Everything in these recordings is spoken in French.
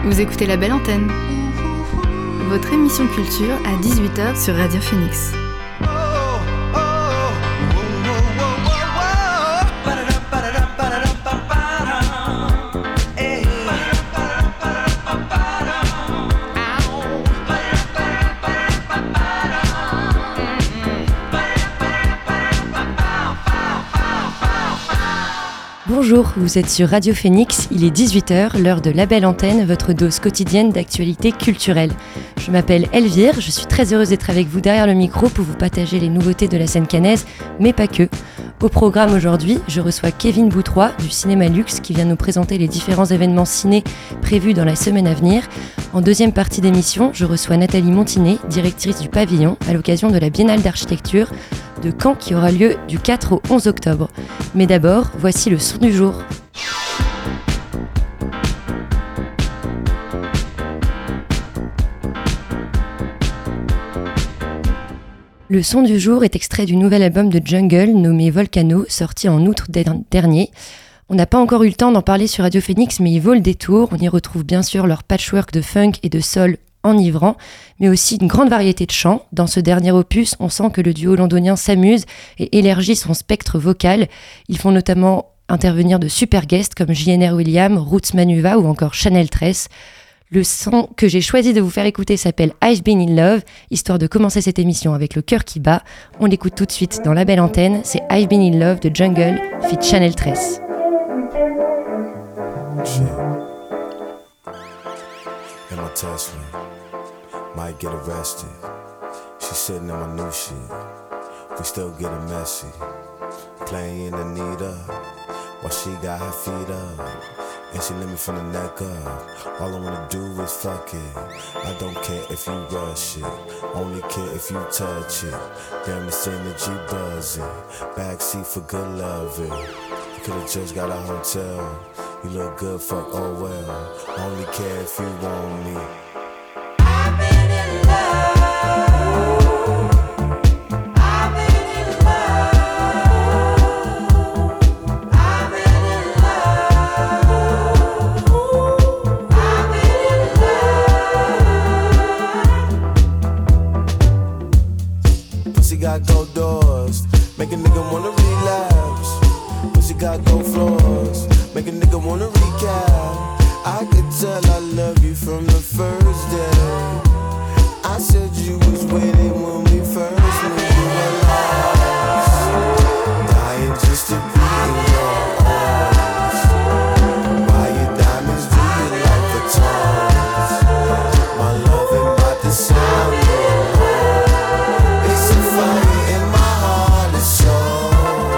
Vous écoutez La Belle Antenne, votre émission culture à 18h sur Radio Phoenix. Bonjour, vous êtes sur Radio Phoenix, il est 18h, l'heure de La Belle Antenne, votre dose quotidienne d'actualité culturelle. Je m'appelle Elvire, je suis très heureuse d'être avec vous derrière le micro pour vous partager les nouveautés de la scène caennaise, mais pas que. Au programme aujourd'hui, je reçois Kevin Boutroy du Cinéma Luxe qui vient nous présenter les différents événements ciné prévus dans la semaine à venir. En deuxième partie d'émission, je reçois Nathalie Montinet, directrice du Pavillon, à l'occasion de la Biennale d'architecture de Caen qui aura lieu du 4 au 11 octobre. Mais d'abord, voici le son du jour. Le son du jour est extrait du nouvel album de Jungle nommé Volcano, sorti en août dernier. On n'a pas encore eu le temps d'en parler sur Radio Phoenix, mais il vaut le détour. On y retrouve bien sûr leur patchwork de funk et de soul enivrant, mais aussi une grande variété de chants. Dans ce dernier opus, on sent que le duo londonien s'amuse et élargit son spectre vocal. Ils font notamment intervenir de super guests comme JNR Williams, Roots Manuva ou encore Chanel Tress. Le son que j'ai choisi de vous faire écouter s'appelle I've Been in Love, histoire de commencer cette émission avec le cœur qui bat. On l'écoute tout de suite dans La Belle Antenne, c'est I've Been in Love de Jungle feat Chanel Tress. Might get arrested. She's sitting in my new shit. We still getting messy. Playing Anita while she got her feet up. And she let me from the neck up. All I wanna do is fuck it. I don't care if you rush it. Only care if you touch it. Damn, this energy buzzing. Backseat for good loving. You could've just got a hotel. You look good, fuck, oh well. Only care if you want me. Got gold doors, make a nigga wanna relapse. Pussy got gold floors, make a nigga wanna recap. I could tell I love you from the first day. I said you was waiting when we first met. You were lost, dying just to be in your arms. Why your diamonds do you like the tongues? My love ain't about to sound good. It's a fire in my heart and soul.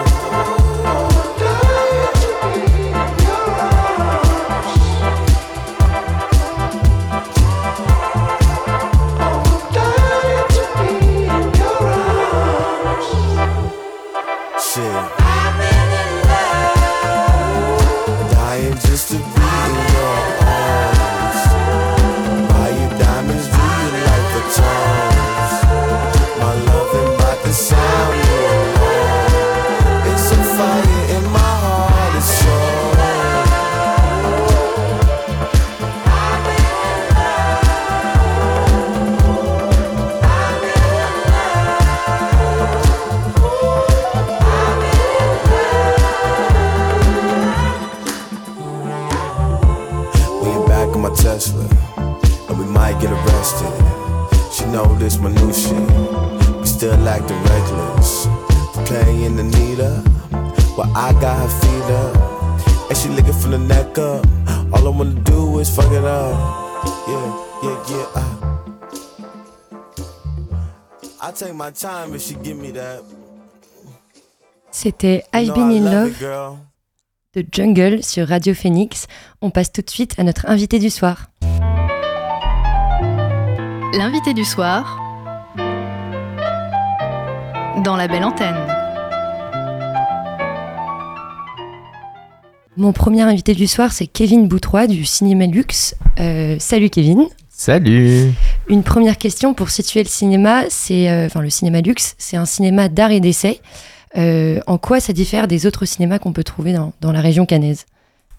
And we might get arrested. She know this my new shit. We still acting reckless. Playing Anita while I got her feet up. And she licking from the neck up. All I wanna do is fuck it up. Yeah. I take my time if she give me that. C'était I've Been in Love de Jungle sur Radio Phoenix. On passe tout de suite à notre invité du soir. L'invité du soir dans La Belle Antenne. Mon premier invité du soir, c'est Kevin Boutroy du Cinéma Luxe. Salut Kevin. Salut. Une première question pour situer le cinéma, le Cinéma Luxe, c'est un cinéma d'art et d'essai. En quoi ça diffère des autres cinémas qu'on peut trouver dans la région caennaise ?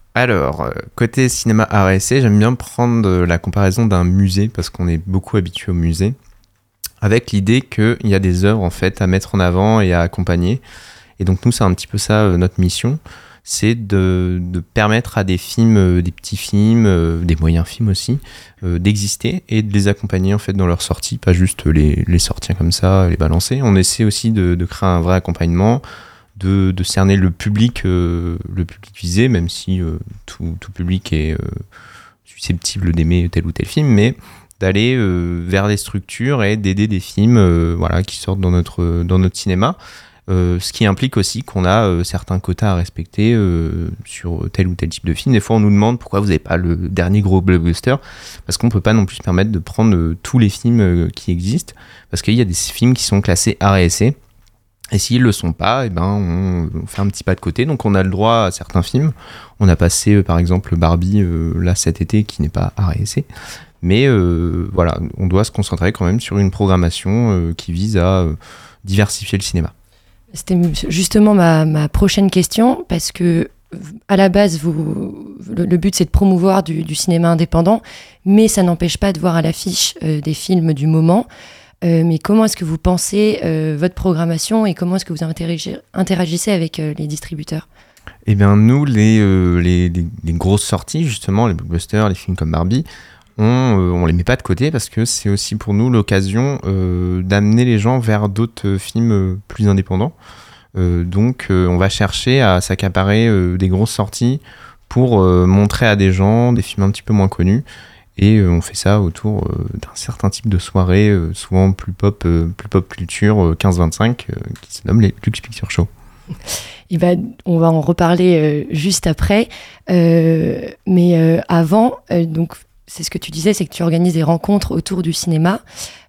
Alors, côté cinéma art et essai, j'aime bien prendre la comparaison d'un musée, parce qu'on est beaucoup habitué au musée, avec l'idée qu'il y a des œuvres en fait à mettre en avant et à accompagner. Et donc nous, c'est un petit peu ça notre mission, c'est de permettre à des films, des petits films, des moyens films aussi, d'exister et de les accompagner en fait dans leur sortie, pas juste les sortir comme ça, les balancer. On essaie aussi de créer un vrai accompagnement, de cerner le public visé, même si tout public est susceptible d'aimer tel ou tel film, mais d'aller vers des structures et d'aider des films voilà, qui sortent dans notre cinéma. Ce qui implique aussi qu'on a certains quotas à respecter sur tel ou tel type de film. Des fois, on nous demande pourquoi vous n'avez pas le dernier gros blockbuster, parce qu'on ne peut pas non plus se permettre de prendre tous les films qui existent, parce qu'il y a des films qui sont classés art et essai, et s'ils ne le sont pas, eh ben, on fait un petit pas de côté. Donc on a le droit à certains films. On a passé par exemple Barbie là cet été, qui n'est pas art et essai. Mais voilà, on doit se concentrer quand même sur une programmation qui vise à diversifier le cinéma. C'était justement ma prochaine question, parce que à la base, le but c'est de promouvoir du cinéma indépendant, mais ça n'empêche pas de voir à l'affiche des films du moment. Mais comment est-ce que vous pensez votre programmation et comment est-ce que vous interagissez avec les distributeurs ? Eh bien nous, les grosses sorties, justement, les blockbusters, les films comme Barbie, on les met pas de côté, parce que c'est aussi pour nous l'occasion d'amener les gens vers d'autres films plus indépendants. Donc on va chercher à s'accaparer des grosses sorties pour montrer à des gens des films un petit peu moins connus. Et on fait ça autour d'un certain type de soirée, souvent plus pop culture, 15-25, qui se nomme les Lux Picture Show. Et ben, on va en reparler juste après. Mais avant, donc, c'est ce que tu disais, c'est que tu organises des rencontres autour du cinéma.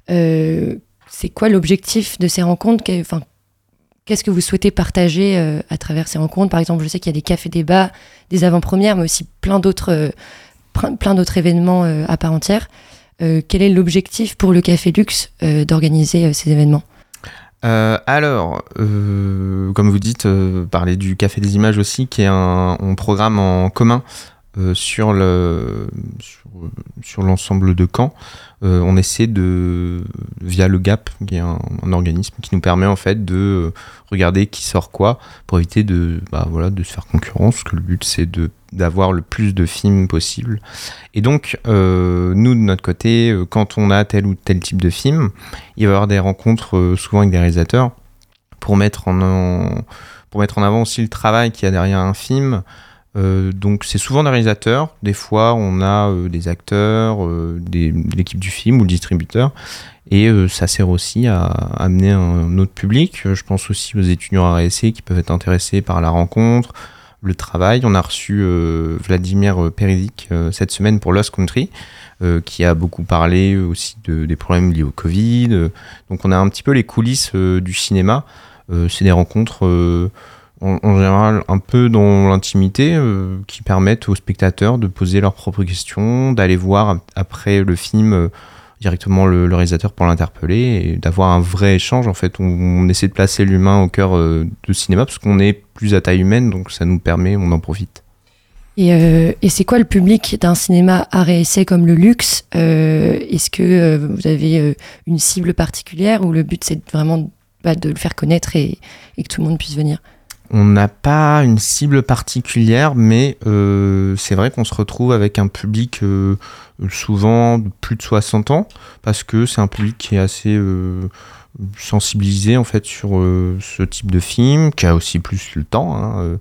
C'est quoi l'objectif de ces rencontres ? Qu'est-ce que vous souhaitez partager à travers ces rencontres ? Par exemple, je sais qu'il y a des cafés-débats, des avant-premières, mais aussi plein d'autres événements à part entière. Quel est l'objectif pour le Café Luxe d'organiser ces événements ? Alors, comme vous dites, parler du Café des Images aussi, qui est un programme en commun sur l'ensemble de Caen. On essaie via le GAP, qui est un organisme qui nous permet en fait de regarder qui sort quoi, pour éviter de se faire concurrence, que le but c'est d'avoir le plus de films possible. Et donc, nous, de notre côté, quand on a tel ou tel type de film, il va y avoir des rencontres souvent avec des réalisateurs pour mettre en avant aussi le travail qu'il y a derrière un film. Donc c'est souvent des réalisateurs, des fois on a des acteurs, l'équipe du film ou le distributeur, et ça sert aussi à amener un autre public. Je pense aussi aux étudiants art et essai qui peuvent être intéressés par la rencontre, le travail. On a reçu Vladimir Perizic cette semaine pour Lost Country, qui a beaucoup parlé aussi des problèmes liés au Covid. Donc on a un petit peu les coulisses du cinéma. C'est des rencontres en général un peu dans l'intimité, qui permettent aux spectateurs de poser leurs propres questions, d'aller voir après le film directement le réalisateur pour l'interpeller, et d'avoir un vrai échange. En fait, on essaie de placer l'humain au cœur du cinéma, parce qu'on est plus à taille humaine, donc ça nous permet, on en profite. Et c'est quoi le public d'un cinéma art et essai comme le Luxe ? Est-ce que vous avez une cible particulière, ou le but c'est vraiment de le faire connaître et que tout le monde puisse venir ? On n'a pas une cible particulière, mais c'est vrai qu'on se retrouve avec un public souvent de plus de 60 ans, parce que c'est un public qui est assez sensibilisé en fait sur ce type de film, qui a aussi plus le temps.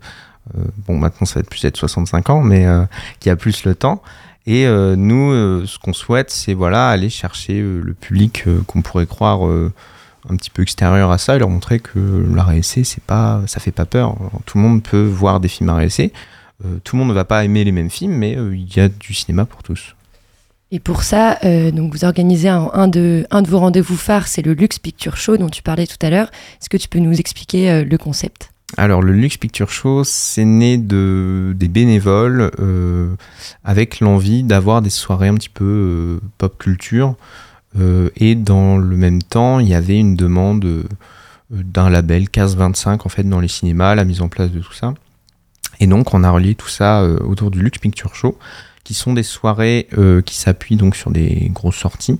Bon, maintenant ça va être 65 ans, mais qui a plus le temps. Et nous, ce qu'on souhaite, c'est aller chercher le public qu'on pourrait croire un petit peu extérieur à ça, et leur montrer que l'art et essai, ça fait pas peur. Alors, tout le monde peut voir des films art et essai. Tout le monde ne va pas aimer les mêmes films, mais il y a du cinéma pour tous. Et pour ça, donc vous organisez un de vos rendez-vous phares, c'est le Lux Picture Show dont tu parlais tout à l'heure. Est-ce que tu peux nous expliquer le concept ? Alors, le Lux Picture Show, c'est né des bénévoles avec l'envie d'avoir des soirées un petit peu pop culture. Et dans le même temps, il y avait une demande d'un label 15-25 en fait dans les cinémas, la mise en place de tout ça. Et donc on a relié tout ça autour du Lux Picture Show, qui sont des soirées qui s'appuient donc sur des grosses sorties.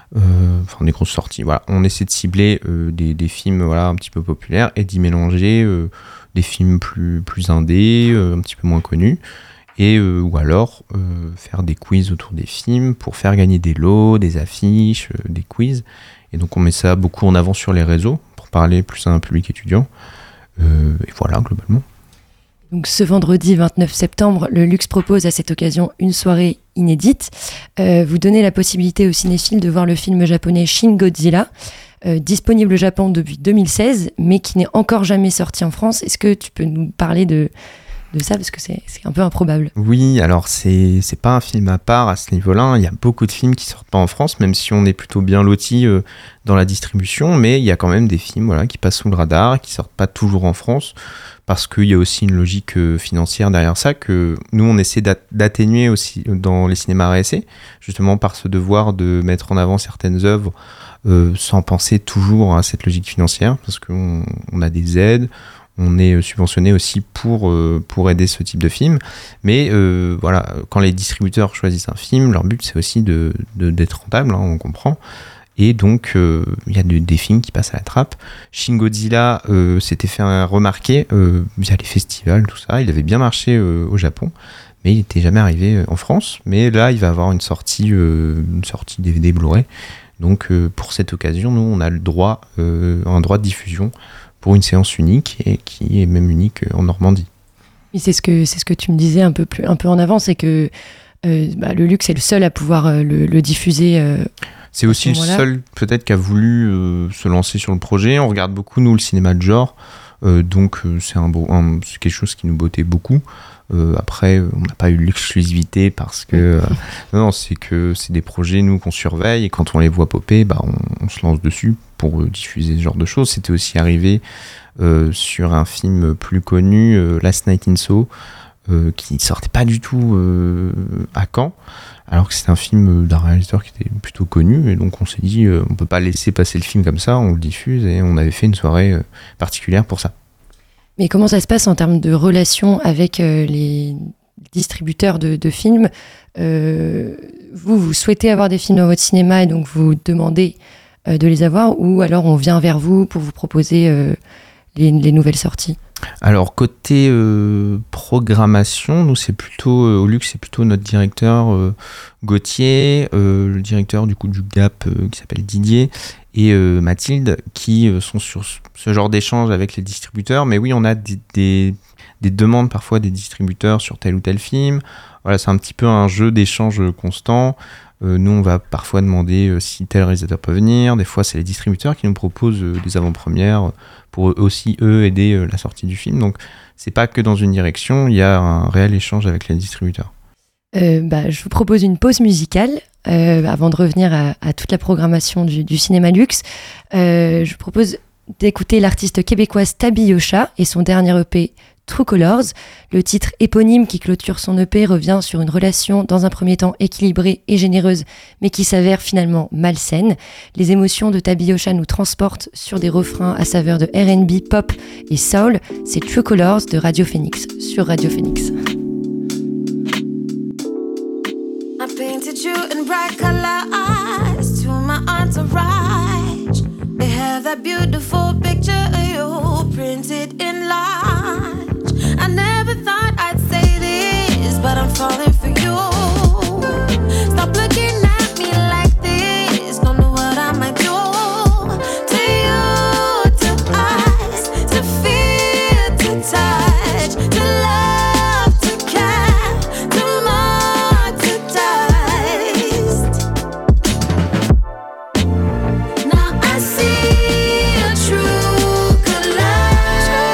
Des grosses sorties, voilà. On essaie de cibler des films un petit peu populaires et d'y mélanger des films plus indés, un petit peu moins connus, et ou alors faire des quiz autour des films pour faire gagner des lots, des affiches, des quiz. Et donc on met ça beaucoup en avant sur les réseaux pour parler plus à un public étudiant. Et voilà, globalement. Donc ce vendredi 29 septembre, le Lux propose à cette occasion une soirée inédite. Vous donnez la possibilité aux cinéphiles de voir le film japonais Shin Godzilla, disponible au Japon depuis 2016, mais qui n'est encore jamais sorti en France. Est-ce que tu peux nous parler de ça, parce que c'est un peu improbable? Oui, alors c'est pas un film à part à ce niveau-là. Il y a beaucoup de films qui sortent pas en France, même si on est plutôt bien lotis dans la distribution, mais il y a quand même des films qui passent sous le radar, qui sortent pas toujours en France, parce qu'il y a aussi une logique financière derrière ça, que nous on essaie d'atténuer aussi dans les cinémas RSC, justement par ce devoir de mettre en avant certaines œuvres sans penser toujours à cette logique financière, parce qu'on a des aides, on est subventionné aussi pour aider ce type de film. Mais quand les distributeurs choisissent un film, leur but c'est aussi d'être rentable, on comprend. Et donc, il y a des films qui passent à la trappe. Shin Godzilla s'était fait remarquer via les festivals, tout ça. Il avait bien marché au Japon, mais il n'était jamais arrivé en France. Mais là, il va avoir une sortie DVD Blu-ray. Donc, pour cette occasion, nous, on a un droit de diffusion pour une séance unique, et qui est même unique en Normandie. Oui, c'est ce que tu me disais un peu en avant, c'est que le Lux est le seul à pouvoir le diffuser. C'est aussi le seul peut-être qui a voulu se lancer sur le projet. On regarde beaucoup, nous, le cinéma de genre, donc c'est quelque chose qui nous bottait beaucoup. Après, on n'a pas eu l'exclusivité parce que non, c'est que c'est des projets, nous, qu'on surveille, et quand on les voit popper, on se lance dessus pour diffuser ce genre de choses. C'était aussi arrivé sur un film plus connu, Last Night in Soho, qui ne sortait pas du tout à Caen, alors que c'est un film d'un réalisateur qui était plutôt connu, et donc on s'est dit on peut pas laisser passer le film comme ça, on le diffuse, et on avait fait une soirée particulière pour ça. Mais comment ça se passe en termes de relation avec les distributeurs de films? Vous souhaitez avoir des films dans votre cinéma, et donc vous demandez de les avoir, ou alors on vient vers vous pour vous proposer les nouvelles sorties? Alors côté programmation, nous c'est plutôt au Lux, c'est plutôt notre directeur Gauthier, le directeur du Gap qui s'appelle Didier, et Mathilde, qui sont sur ce genre d'échange avec les distributeurs. Mais oui, on a des demandes parfois des distributeurs sur tel ou tel film. Voilà, c'est un petit peu un jeu d'échange constant. Nous, on va parfois demander si tel réalisateur peut venir. Des fois, c'est les distributeurs qui nous proposent des avant-premières pour aussi, eux, aider la sortie du film. Donc, c'est pas que dans une direction, il y a un réel échange avec les distributeurs. Je vous propose une pause musicale avant de revenir à toute la programmation du Cinéma Lux. Je vous propose d'écouter l'artiste québécoise Tabi Yosha et son dernier EP True Colors. Le titre éponyme qui clôture son EP revient sur une relation dans un premier temps équilibrée et généreuse, mais qui s'avère finalement malsaine. Les émotions de Tabi Yosha nous transportent sur des refrains à saveur de R&B, pop et soul. C'est True Colors de Radio Phoenix sur Radio Phoenix. I painted you in bright colors to my entourage. They have that beautiful picture of you printed in large. I never thought I'd say this, but I'm falling for you. Stop looking at me like this, don't know what I might do to you, to us, to feel, to touch, to love, to care, to more, to taste. Now I see your true colors.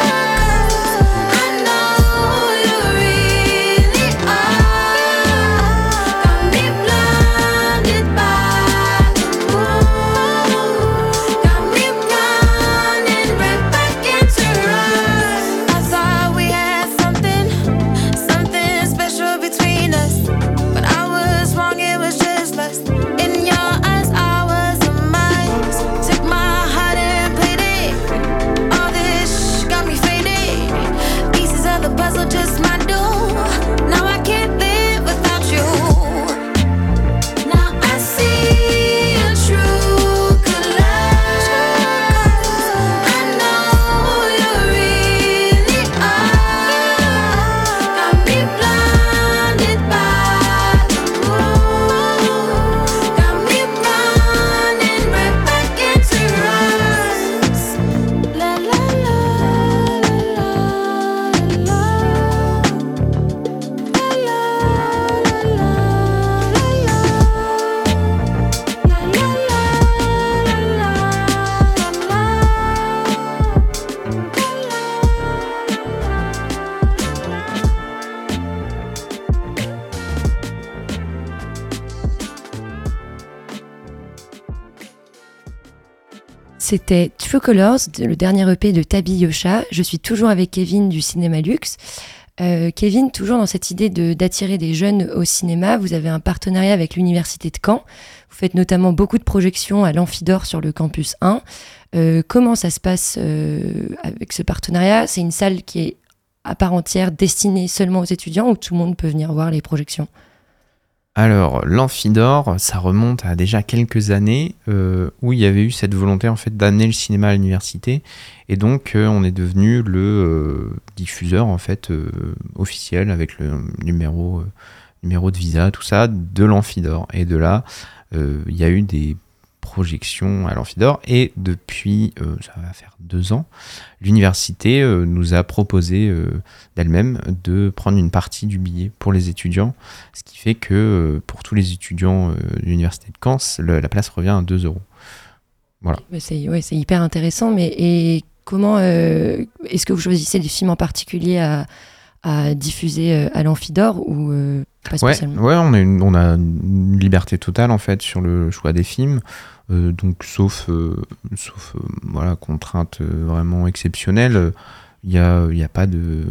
C'était True Colors, le dernier EP de Tabi Yosha. Je suis toujours avec Kevin du Cinéma Luxe. Kevin, toujours dans cette idée d'attirer des jeunes au cinéma, vous avez un partenariat avec l'Université de Caen. Vous faites notamment beaucoup de projections à l'Amphidore sur le campus 1. Comment ça se passe avec ce partenariat ? C'est une salle qui est à part entière destinée seulement aux étudiants ou tout le monde peut venir voir les projections ? Alors, l'Amphidore, ça remonte à déjà quelques années où il y avait eu cette volonté en fait d'amener le cinéma à l'université et donc on est devenu le diffuseur en fait officiel avec le numéro de visa, tout ça, de l'Amphidore. Et de là, il y a eu des projections à l'Amphidore et depuis, ça va faire 2 ans, l'université nous a proposé d'elle-même de prendre une partie du billet pour les étudiants, ce qui fait que pour tous les étudiants de l'université de Caen, la place revient à 2 €. Voilà. C'est hyper intéressant, et comment est-ce que vous choisissez des films en particulier à diffuser à l'Amphidore ou pas spécialement ? Ouais, on a une liberté totale en fait sur le choix des films. Donc sauf voilà, contrainte vraiment exceptionnelle, il y a pas de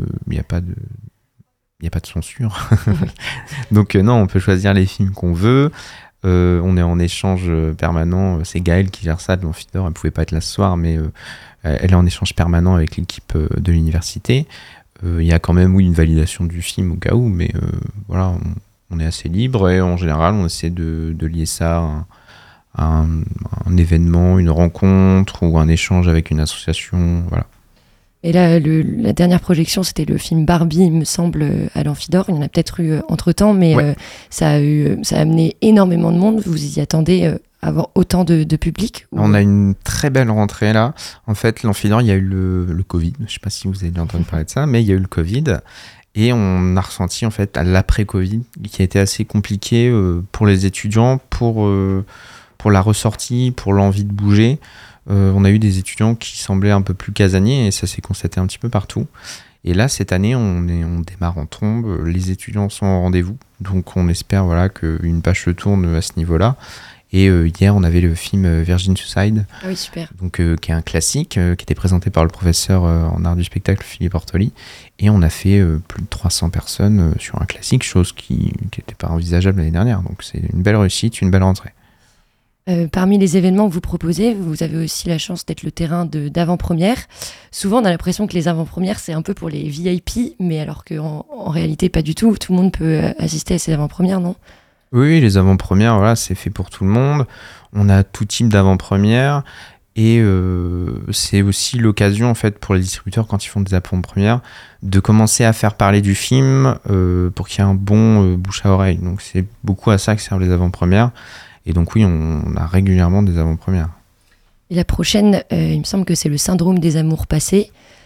censure. Donc non, on peut choisir les films qu'on veut. On est en échange permanent. C'est Gaëlle qui gère ça de l'Amphidore. Elle pouvait pas être là ce soir, mais elle est en échange permanent avec l'équipe de l'université. Il y a quand même une validation du film au cas où, mais voilà, on est assez libre et en général on essaie de lier ça à un événement, une rencontre ou un échange avec une association, voilà. Et là, la dernière projection, c'était le film Barbie, il me semble, à l'Amphidore. Il y en a peut-être eu entre-temps, mais ouais. Ça a amené énormément de monde. Vous y attendez avoir autant de public ou... On a une très belle rentrée là. En fait, l'Amphidore, il y a eu le Covid. Je ne sais pas si vous avez déjà entendu parler de ça, mais il y a eu le Covid. Et on a ressenti en fait à l'après-Covid, qui a été assez compliqué pour les étudiants, pour la ressortie, pour l'envie de bouger. On a eu des étudiants qui semblaient un peu plus casaniers et ça s'est constaté un petit peu partout. Et là, cette année, on démarre en trombe. Les étudiants sont au rendez-vous. Donc, on espère voilà, qu'une page se tourne à ce niveau-là. Et hier, on avait le film Virgin Suicide. Ah oui, super. Donc, qui est un classique, qui était présenté par le professeur en art du spectacle, Philippe Ortoli. Et on a fait plus de 300 personnes sur un classique, chose qui n'était pas envisageable l'année dernière. Donc, c'est une belle réussite, une belle rentrée. Parmi les événements que vous proposez, vous avez aussi la chance d'être le terrain d'avant-première. Souvent, on a l'impression que les avant-premières, c'est un peu pour les VIP, mais alors qu'en réalité, pas du tout. Tout le monde peut assister à ces avant-premières, non ? Oui, les avant-premières, voilà, c'est fait pour tout le monde. On a tout type d'avant-premières. Et c'est aussi l'occasion, en fait, pour les distributeurs, quand ils font des avant-premières, de commencer à faire parler du film pour qu'il y ait un bon bouche à oreille. Donc, c'est beaucoup à ça que servent les avant-premières. Et donc oui, on a régulièrement des avant-premières. Et la prochaine, il me semble que c'est le syndrome des amours passés.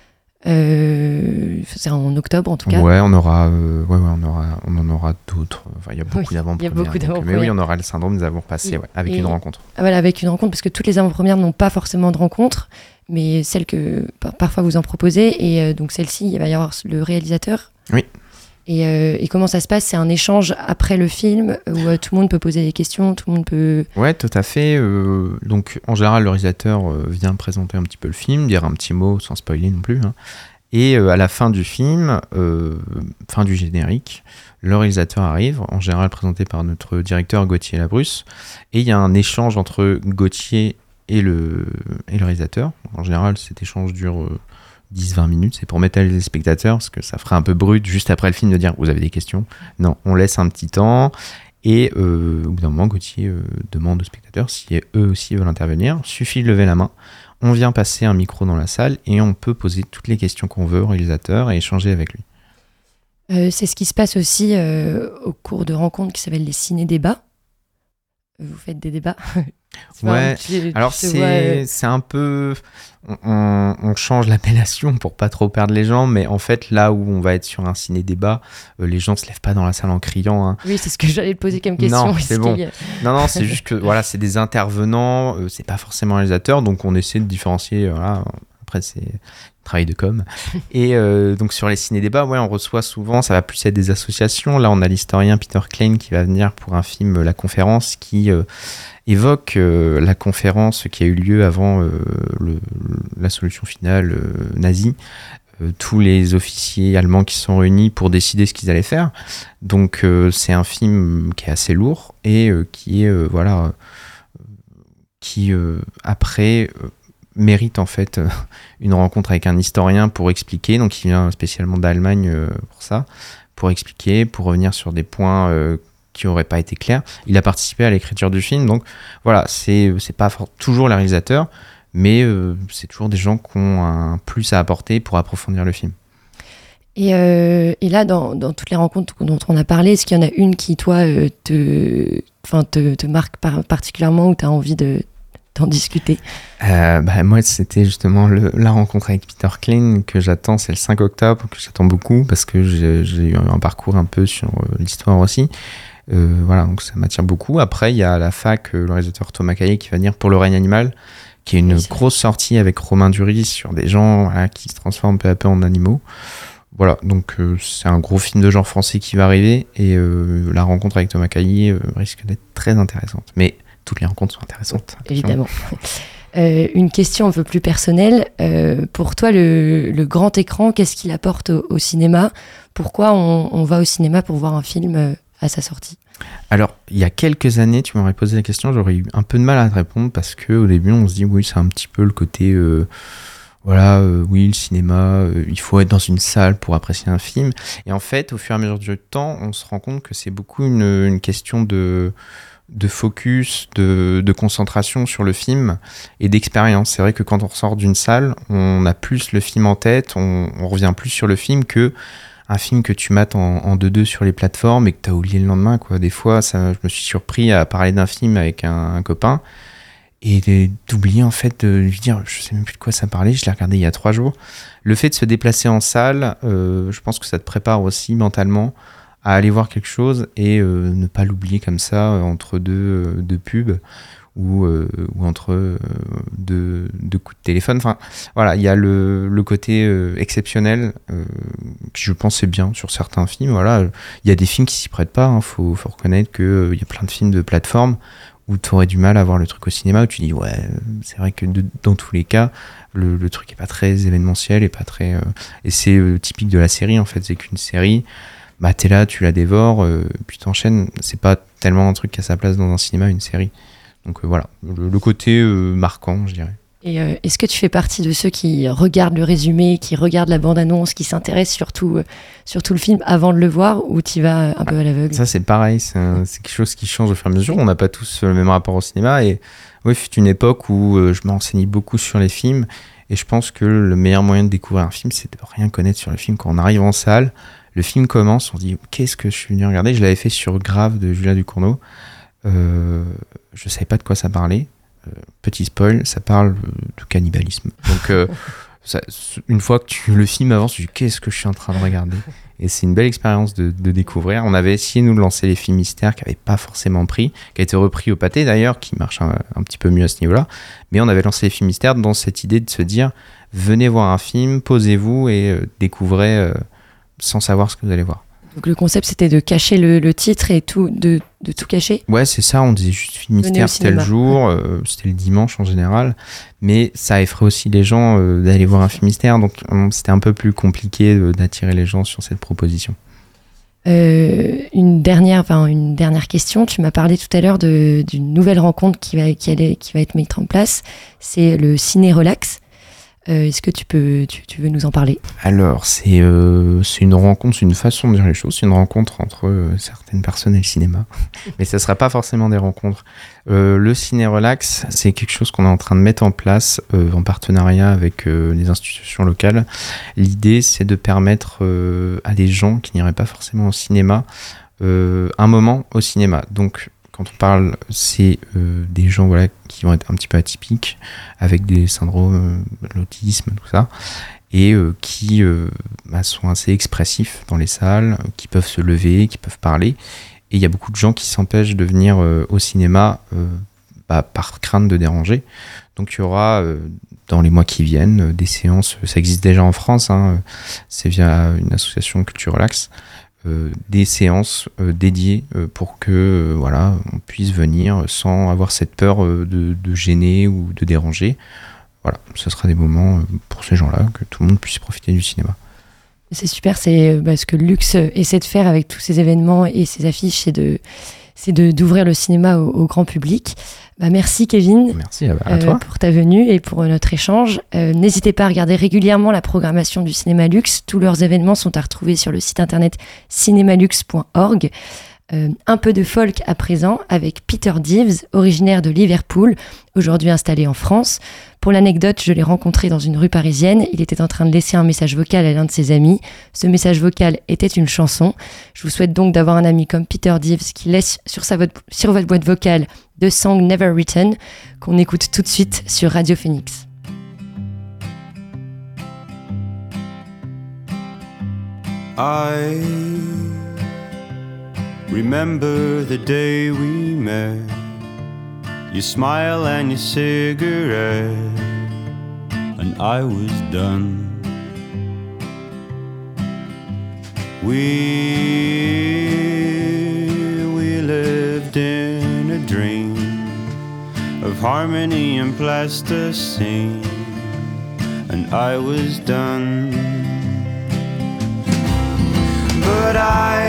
C'est en octobre en tout cas. Ouais, on en aura d'autres. Enfin, il y a beaucoup d'avant-premières. Mais oui, on aura le syndrome des amours passés, avec une rencontre. Voilà, avec une rencontre, parce que toutes les avant-premières n'ont pas forcément de rencontre, mais celles que parfois vous en proposez. Et donc celle-ci, il va y avoir le réalisateur. Oui. Et comment ça se passe ? C'est un échange après le film où tout le monde peut poser des questions, tout le monde peut... Ouais, tout à fait. Donc, en général, le réalisateur vient présenter un petit peu le film, dire un petit mot sans spoiler non plus. Hein. Et à la fin du film, fin du générique, le réalisateur arrive, en général présenté par notre directeur Gauthier Labrusse. Et il y a un échange entre Gauthier et le réalisateur. En général, cet échange dure... 10-20 minutes, c'est pour mettre à l'aise les spectateurs, parce que ça ferait un peu brut juste après le film de dire vous avez des questions. Non, on laisse un petit temps et au bout d'un moment, Gauthier demande aux spectateurs si eux aussi veulent intervenir. Suffit de lever la main, on vient passer un micro dans la salle et on peut poser toutes les questions qu'on veut au réalisateur et échanger avec lui. C'est ce qui se passe aussi au cours de rencontres qui s'appellent les ciné-débats. Vous faites des débats. Ouais, alors c'est un peu... On change l'appellation pour pas trop perdre les gens, mais en fait, là où on va être sur un ciné-débat, les gens se lèvent pas dans la salle en criant. Hein. Oui, c'est ce que j'allais te poser comme question. Non, c'est bon. Non, c'est juste que voilà, c'est des intervenants, c'est pas forcément un réalisateur, donc on essaie de différencier voilà, Après, c'est travail de com. Et donc sur les ciné-débats, on reçoit souvent, ça va plus être des associations. Là, on a l'historien Peter Klein qui va venir pour un film La Conférence, qui évoque la conférence qui a eu lieu avant la solution finale nazie. Tous les officiers allemands qui se sont réunis pour décider ce qu'ils allaient faire. Donc c'est un film qui est assez lourd et qui après mérite en fait une rencontre avec un historien pour expliquer. Donc il vient spécialement d'Allemagne pour ça, pour expliquer, pour revenir sur des points qui n'auraient pas été clairs. Il a participé à l'écriture du film, donc voilà, c'est pas toujours le réalisateur, mais c'est toujours des gens qui ont un plus à apporter pour approfondir le film. Et là, dans toutes les rencontres dont on a parlé, est-ce qu'il y en a une qui, toi, te marque particulièrement ou tu as envie d'en discuter? Moi, c'était justement la rencontre avec Peter Klein que j'attends, c'est le 5 octobre, que j'attends beaucoup, parce que j'ai eu un parcours un peu sur l'histoire aussi. Donc ça m'attire beaucoup. Après, il y a à la fac le réalisateur Thomas Caillet qui va venir pour Le règne animal, qui est une grosse sortie avec Romain Duris sur des gens qui se transforment peu à peu en animaux. Voilà, donc c'est un gros film de genre français qui va arriver et la rencontre avec Thomas Caillet risque d'être très intéressante. Mais toutes les rencontres sont intéressantes. Évidemment. Une question un peu plus personnelle. Pour toi, le grand écran, qu'est-ce qu'il apporte au cinéma? Pourquoi on va au cinéma pour voir un film à sa sortie? Alors, il y a quelques années, tu m'aurais posé la question, j'aurais eu un peu de mal à te répondre parce qu'au début, on se dit, oui, c'est un petit peu le côté, oui, le cinéma, il faut être dans une salle pour apprécier un film. Et en fait, au fur et à mesure du temps, on se rend compte que c'est beaucoup une question de focus, de concentration sur le film et d'expérience. C'est vrai que quand on ressort d'une salle, on a plus le film en tête, on revient plus sur le film que un film que tu mates en 2-2 sur les plateformes et que tu as oublié le lendemain, quoi. Des fois, je me suis surpris à parler d'un film avec un copain et d'oublier, en fait, de lui dire, je sais même plus de quoi ça parlait, je l'ai regardé il y a 3 jours. Le fait de se déplacer en salle, je pense que ça te prépare aussi mentalement à aller voir quelque chose et ne pas l'oublier comme ça entre deux pubs ou entre deux coups de téléphone. Enfin, voilà, il y a le côté exceptionnel qui, je pense, est bien sur certains films. Voilà, il y a des films qui s'y prêtent pas. Faut reconnaître qu'il y a plein de films de plateforme où tu aurais du mal à voir le truc au cinéma, où tu dis, ouais, c'est vrai que dans tous les cas, le truc est pas très événementiel et pas très... et c'est typique de la série, en fait. C'est qu'une série, t'es là, tu la dévores, puis t'enchaînes. C'est pas tellement un truc qui a sa place dans un cinéma, une série. Donc voilà, le côté marquant, je dirais. Et est-ce que tu fais partie de ceux qui regardent le résumé, qui regardent la bande-annonce, qui s'intéressent surtout le film avant de le voir, ou tu y vas un peu à l'aveugle? Ça, c'est pareil, c'est quelque chose qui change au fur et à mesure. On n'a pas tous le même rapport au cinéma. Et oui, c'est une époque où je me renseignais beaucoup sur les films. Et je pense que le meilleur moyen de découvrir un film, c'est de rien connaître sur le film. Quand on arrive en salle, le film commence, on se dit, qu'est-ce que je suis venu regarder? Je l'avais fait sur Grave de Julia Ducournau. Je savais pas de quoi ça parlait. Petit spoil, ça parle de cannibalisme. Donc, une fois que le film avance, tu dis qu'est-ce que je suis en train de regarder? Et c'est une belle expérience de découvrir. On avait essayé, nous, de lancer les films mystères qui n'avaient pas forcément pris, qui a été repris au Pâté d'ailleurs, qui marche un petit peu mieux à ce niveau-là. Mais on avait lancé les films mystères dans cette idée de se dire venez voir un film, posez-vous et découvrez sans savoir ce que vous allez voir. Donc le concept, c'était de cacher le titre et de tout cacher? Ouais, c'est ça, on disait juste film mystère tel jour, c'était le dimanche en général, mais ça effraie aussi les gens d'aller voir un film mystère, donc c'était un peu plus compliqué d'attirer les gens sur cette proposition. Une dernière question, tu m'as parlé tout à l'heure d'une nouvelle rencontre qui va être mise en place, c'est le Ciné Relax. Est-ce que tu veux nous en parler? Alors, c'est une rencontre, c'est une façon de dire les choses, c'est une rencontre entre certaines personnes et le cinéma, mais ça ne sera pas forcément des rencontres. Le Ciné Relax, c'est quelque chose qu'on est en train de mettre en place en partenariat avec les institutions locales. L'idée, c'est de permettre à des gens qui n'iraient pas forcément au cinéma un moment au cinéma. Donc, quand on parle, c'est des gens qui vont être un petit peu atypiques, avec des syndromes, l'autisme, tout ça, et qui sont assez expressifs dans les salles, qui peuvent se lever, qui peuvent parler. Et il y a beaucoup de gens qui s'empêchent de venir au cinéma par crainte de déranger. Donc il y aura dans les mois qui viennent, des séances, ça existe déjà en France, hein, c'est via une association Culture Relax, des séances dédiées pour que voilà, on puisse venir sans avoir cette peur de gêner ou de déranger. Voilà, ce sera des moments pour ces gens-là, que tout le monde puisse profiter du cinéma. C'est super, c'est ce que Lux essaie de faire avec tous ces événements et ces affiches, c'est d'ouvrir le cinéma au grand public. Merci Kevin. Merci à toi. Pour ta venue et pour notre échange. N'hésitez pas à regarder régulièrement la programmation du Cinéma Lux. Tous leurs événements sont à retrouver sur le site internet cinemalux.org. Un peu de folk à présent avec Peter Deeves, originaire de Liverpool, aujourd'hui installé en France. Pour l'anecdote, je l'ai rencontré dans une rue parisienne. Il était en train de laisser un message vocal à l'un de ses amis. Ce message vocal était une chanson. Je vous souhaite donc d'avoir un ami comme Peter Deeves qui laisse sur votre boîte vocale The Song Never Written, qu'on écoute tout de suite sur Radio Phoenix. I remember the day we met, your smile and your cigarette, and I was done. We lived in a dream of harmony and plasticine, and I was done. But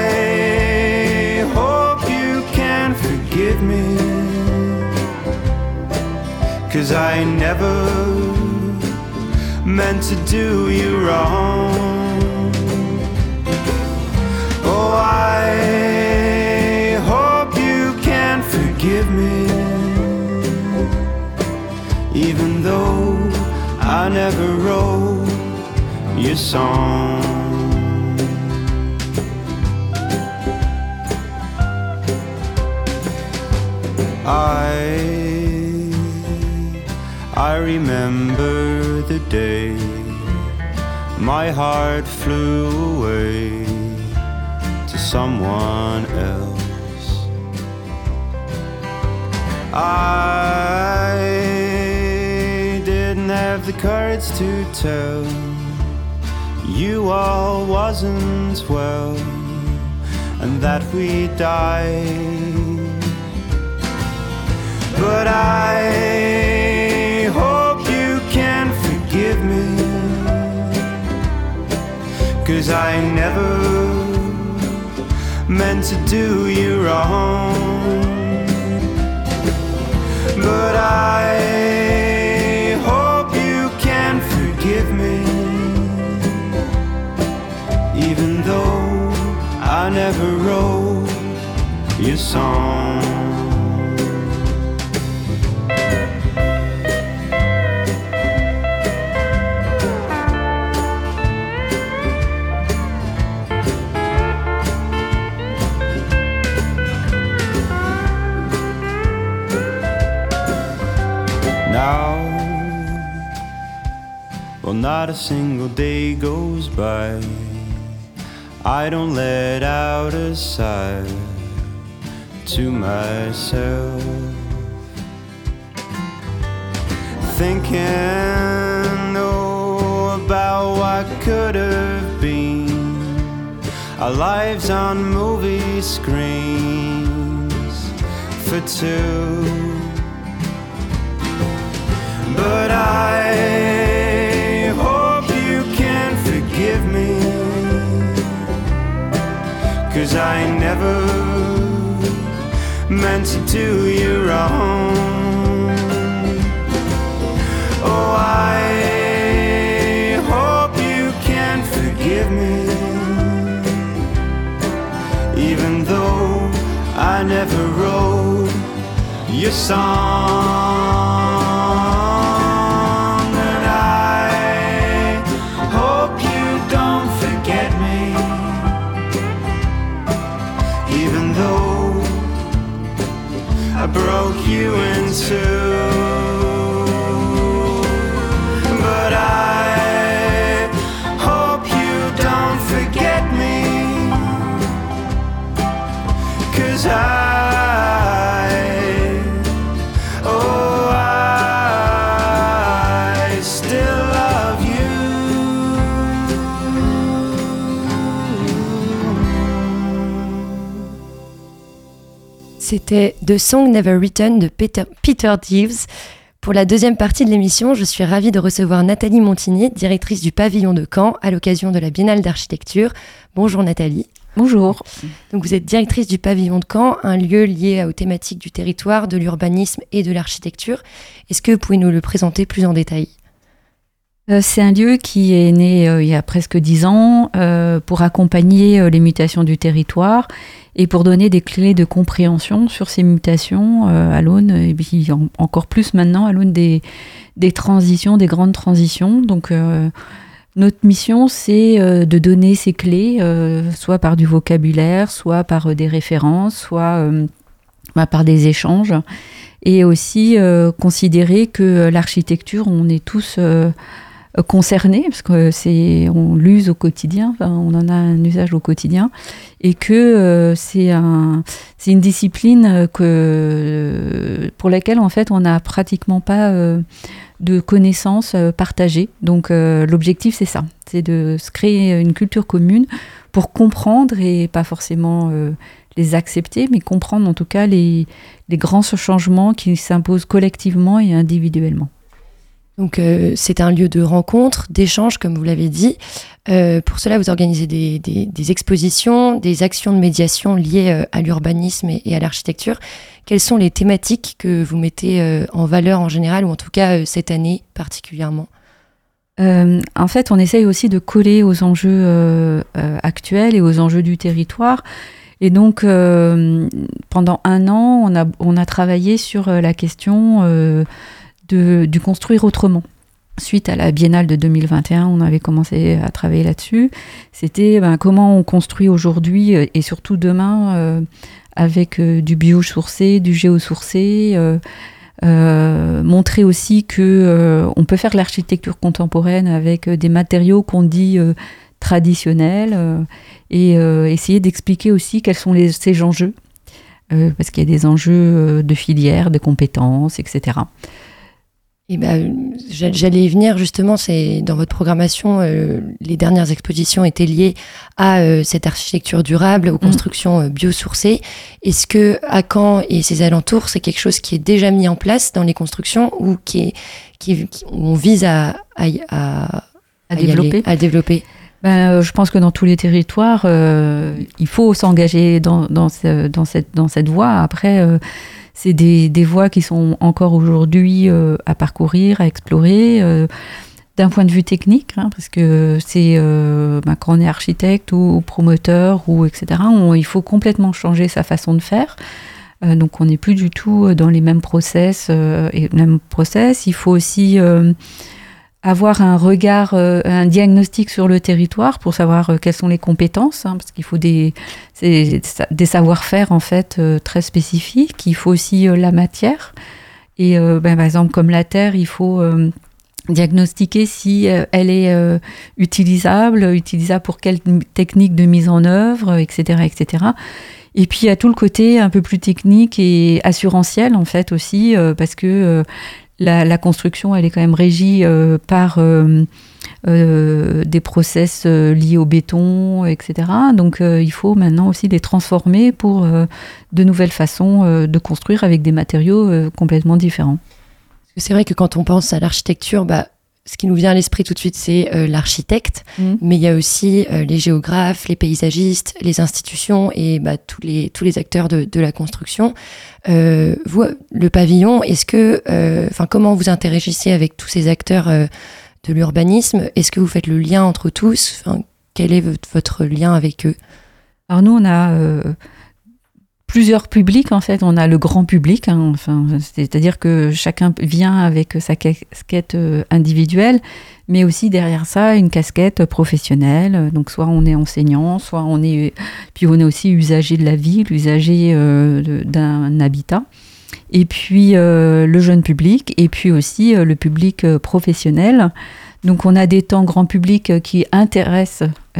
I hope you can forgive me, 'cause I never meant to do you wrong. Oh, I hope you can forgive me, even though I never wrote your song. I remember the day my heart flew away to someone else. I didn't have the courage to tell you all wasn't well, and that we died. But I hope you can forgive me, 'cause I never meant to do you wrong. But I hope you can forgive me, even though I never wrote your song. Well, not a single day goes by I don't let out a sigh to myself, thinking, oh, about what could have been, our lives on movie screens for two. But I hope you can forgive me, 'cause I never meant to do you wrong. Oh, I hope you can forgive me, even though I never wrote your song. I broke you in two, but I hope you don't forget me, 'cause I C'était The Song Never Written de Peter Jeeves. Pour la deuxième partie de l'émission, je suis ravie de recevoir Nathalie Montigny, directrice du pavillon de Caen, à l'occasion de la Biennale d'architecture. Bonjour Nathalie. Bonjour. Donc vous êtes directrice du pavillon de Caen, un lieu lié aux thématiques du territoire, de l'urbanisme et de l'architecture. Est-ce que vous pouvez nous le présenter plus en détail ? C'est un lieu qui est né il y a presque 10 ans pour accompagner les mutations du territoire et pour donner des clés de compréhension sur ces mutations à l'aune, et puis encore plus maintenant à l'aune des transitions, des grandes transitions. Donc notre mission, c'est de donner ces clés, soit par du vocabulaire, soit par des références, soit par des échanges, et aussi considérer que l'architecture, on est tous concernés, parce que on l'use au quotidien, on en a un usage au quotidien, et que c'est une discipline pour laquelle en fait on n'a pratiquement pas de connaissances partagées. Donc l'objectif c'est ça, c'est de se créer une culture commune pour comprendre et pas forcément les accepter, mais comprendre en tout cas les grands changements qui s'imposent collectivement et individuellement. Donc c'est un lieu de rencontre, d'échange, comme vous l'avez dit. Pour cela, vous organisez des expositions, des actions de médiation liées à l'urbanisme et à l'architecture. Quelles sont les thématiques que vous mettez en valeur en général, ou en tout cas cette année particulièrement ? En fait, on essaye aussi de coller aux enjeux actuels et aux enjeux du territoire. Et donc, pendant 1 an, on a travaillé sur la question du construire autrement. Suite à la Biennale de 2021, on avait commencé à travailler là-dessus. C'était comment on construit aujourd'hui et surtout demain avec du biosourcé, du géosourcé, montrer aussi que on peut faire de l'architecture contemporaine avec des matériaux qu'on dit traditionnels et essayer d'expliquer aussi quels sont ces enjeux, parce qu'il y a des enjeux de filière, de compétences, etc. Et j'allais y venir justement, c'est dans votre programmation, les dernières expositions étaient liées à cette architecture durable, aux constructions biosourcées. Est-ce que à Caen et ses alentours, c'est quelque chose qui est déjà mis en place dans les constructions ou on vise à développer? Je pense que dans tous les territoires, il faut s'engager dans cette voie. Après, c'est des voies qui sont encore aujourd'hui à parcourir, à explorer, d'un point de vue technique, parce que c'est quand on est architecte ou promoteur, etc., il faut complètement changer sa façon de faire. Donc on n'est plus du tout dans les mêmes process. Il faut aussi avoir un regard, un diagnostic sur le territoire pour savoir quelles sont les compétences, parce qu'il faut des savoir-faire en fait très spécifiques. Il faut aussi la matière. Et par exemple, comme la terre, il faut diagnostiquer si elle est utilisable pour quelle technique de mise en œuvre, etc., etc. Et puis il y a tout le côté un peu plus technique et assurantiel en fait aussi, parce que la construction, elle est quand même régie par des process liés au béton, etc. Donc il faut maintenant aussi les transformer pour de nouvelles façons de construire avec des matériaux complètement différents. C'est vrai que quand on pense à l'architecture, ce qui nous vient à l'esprit tout de suite, c'est l'architecte, mais il y a aussi les géographes, les paysagistes, les institutions et tous les acteurs de la construction. Vous, le pavillon, est-ce que, comment vous interagissez avec tous ces acteurs de l'urbanisme ? Est-ce que vous faites le lien entre tous ? Quel est votre lien avec eux ? Alors nous, on a plusieurs publics en fait. On a le grand public, c'est-à-dire que chacun vient avec sa casquette individuelle, mais aussi derrière ça une casquette professionnelle. Donc soit on est enseignant, soit on est aussi usager de la ville, usager d'un habitat. Et puis le jeune public, et puis aussi le public professionnel. Donc on a des temps grand public qui intéressent tout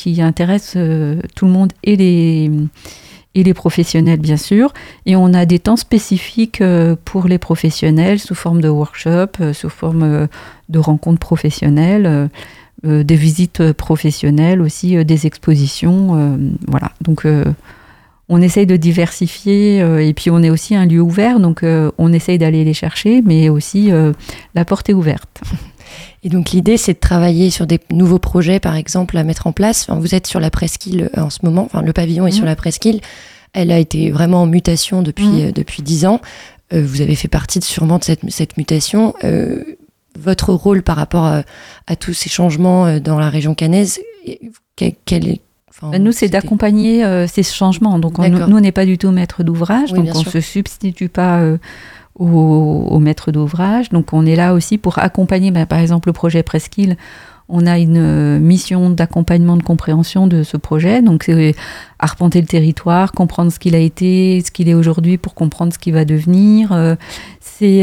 le monde et les professionnels, bien sûr. Et on a des temps spécifiques pour les professionnels sous forme de workshops, sous forme de rencontres professionnelles, des visites professionnelles aussi, des expositions. Voilà. Donc, on essaye de diversifier et puis on est aussi un lieu ouvert, donc on essaye d'aller les chercher, mais aussi la porte est ouverte. Et donc l'idée, c'est de travailler sur des nouveaux projets, par exemple, à mettre en place. Enfin, vous êtes sur la presqu'île en ce moment, enfin, le pavillon est sur la presqu'île. Elle a été vraiment en mutation depuis 10 ans. Vous avez fait partie sûrement de cette mutation. Votre rôle par rapport à tous ces changements dans la région caennaise, quel est... Nous, c'est d'accompagner ces changements. Donc, nous, on n'est pas du tout maître d'ouvrage, donc on ne se substitue pas au maître d'ouvrage. Donc, on est là aussi pour accompagner, par exemple, le projet Presqu'île. On a une mission d'accompagnement, de compréhension de ce projet. Donc, c'est arpenter le territoire, comprendre ce qu'il a été, ce qu'il est aujourd'hui pour comprendre ce qu'il va devenir. C'est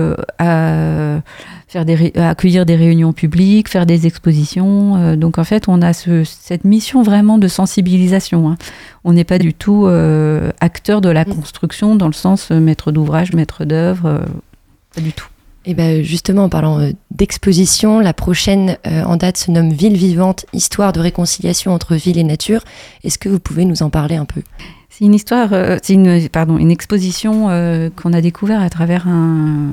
accueillir des réunions publiques, faire des expositions. Donc, en fait, on a cette mission vraiment de sensibilisation. Hein. On n'est pas du tout acteur de la construction dans le sens maître d'ouvrage, maître d'œuvre. Pas du tout. Et ben justement, en parlant d'exposition, la prochaine en date se nomme Ville vivante, histoire de réconciliation entre ville et nature. Est-ce que vous pouvez nous en parler un peu ? C'est une histoire, une exposition qu'on a découvert à travers un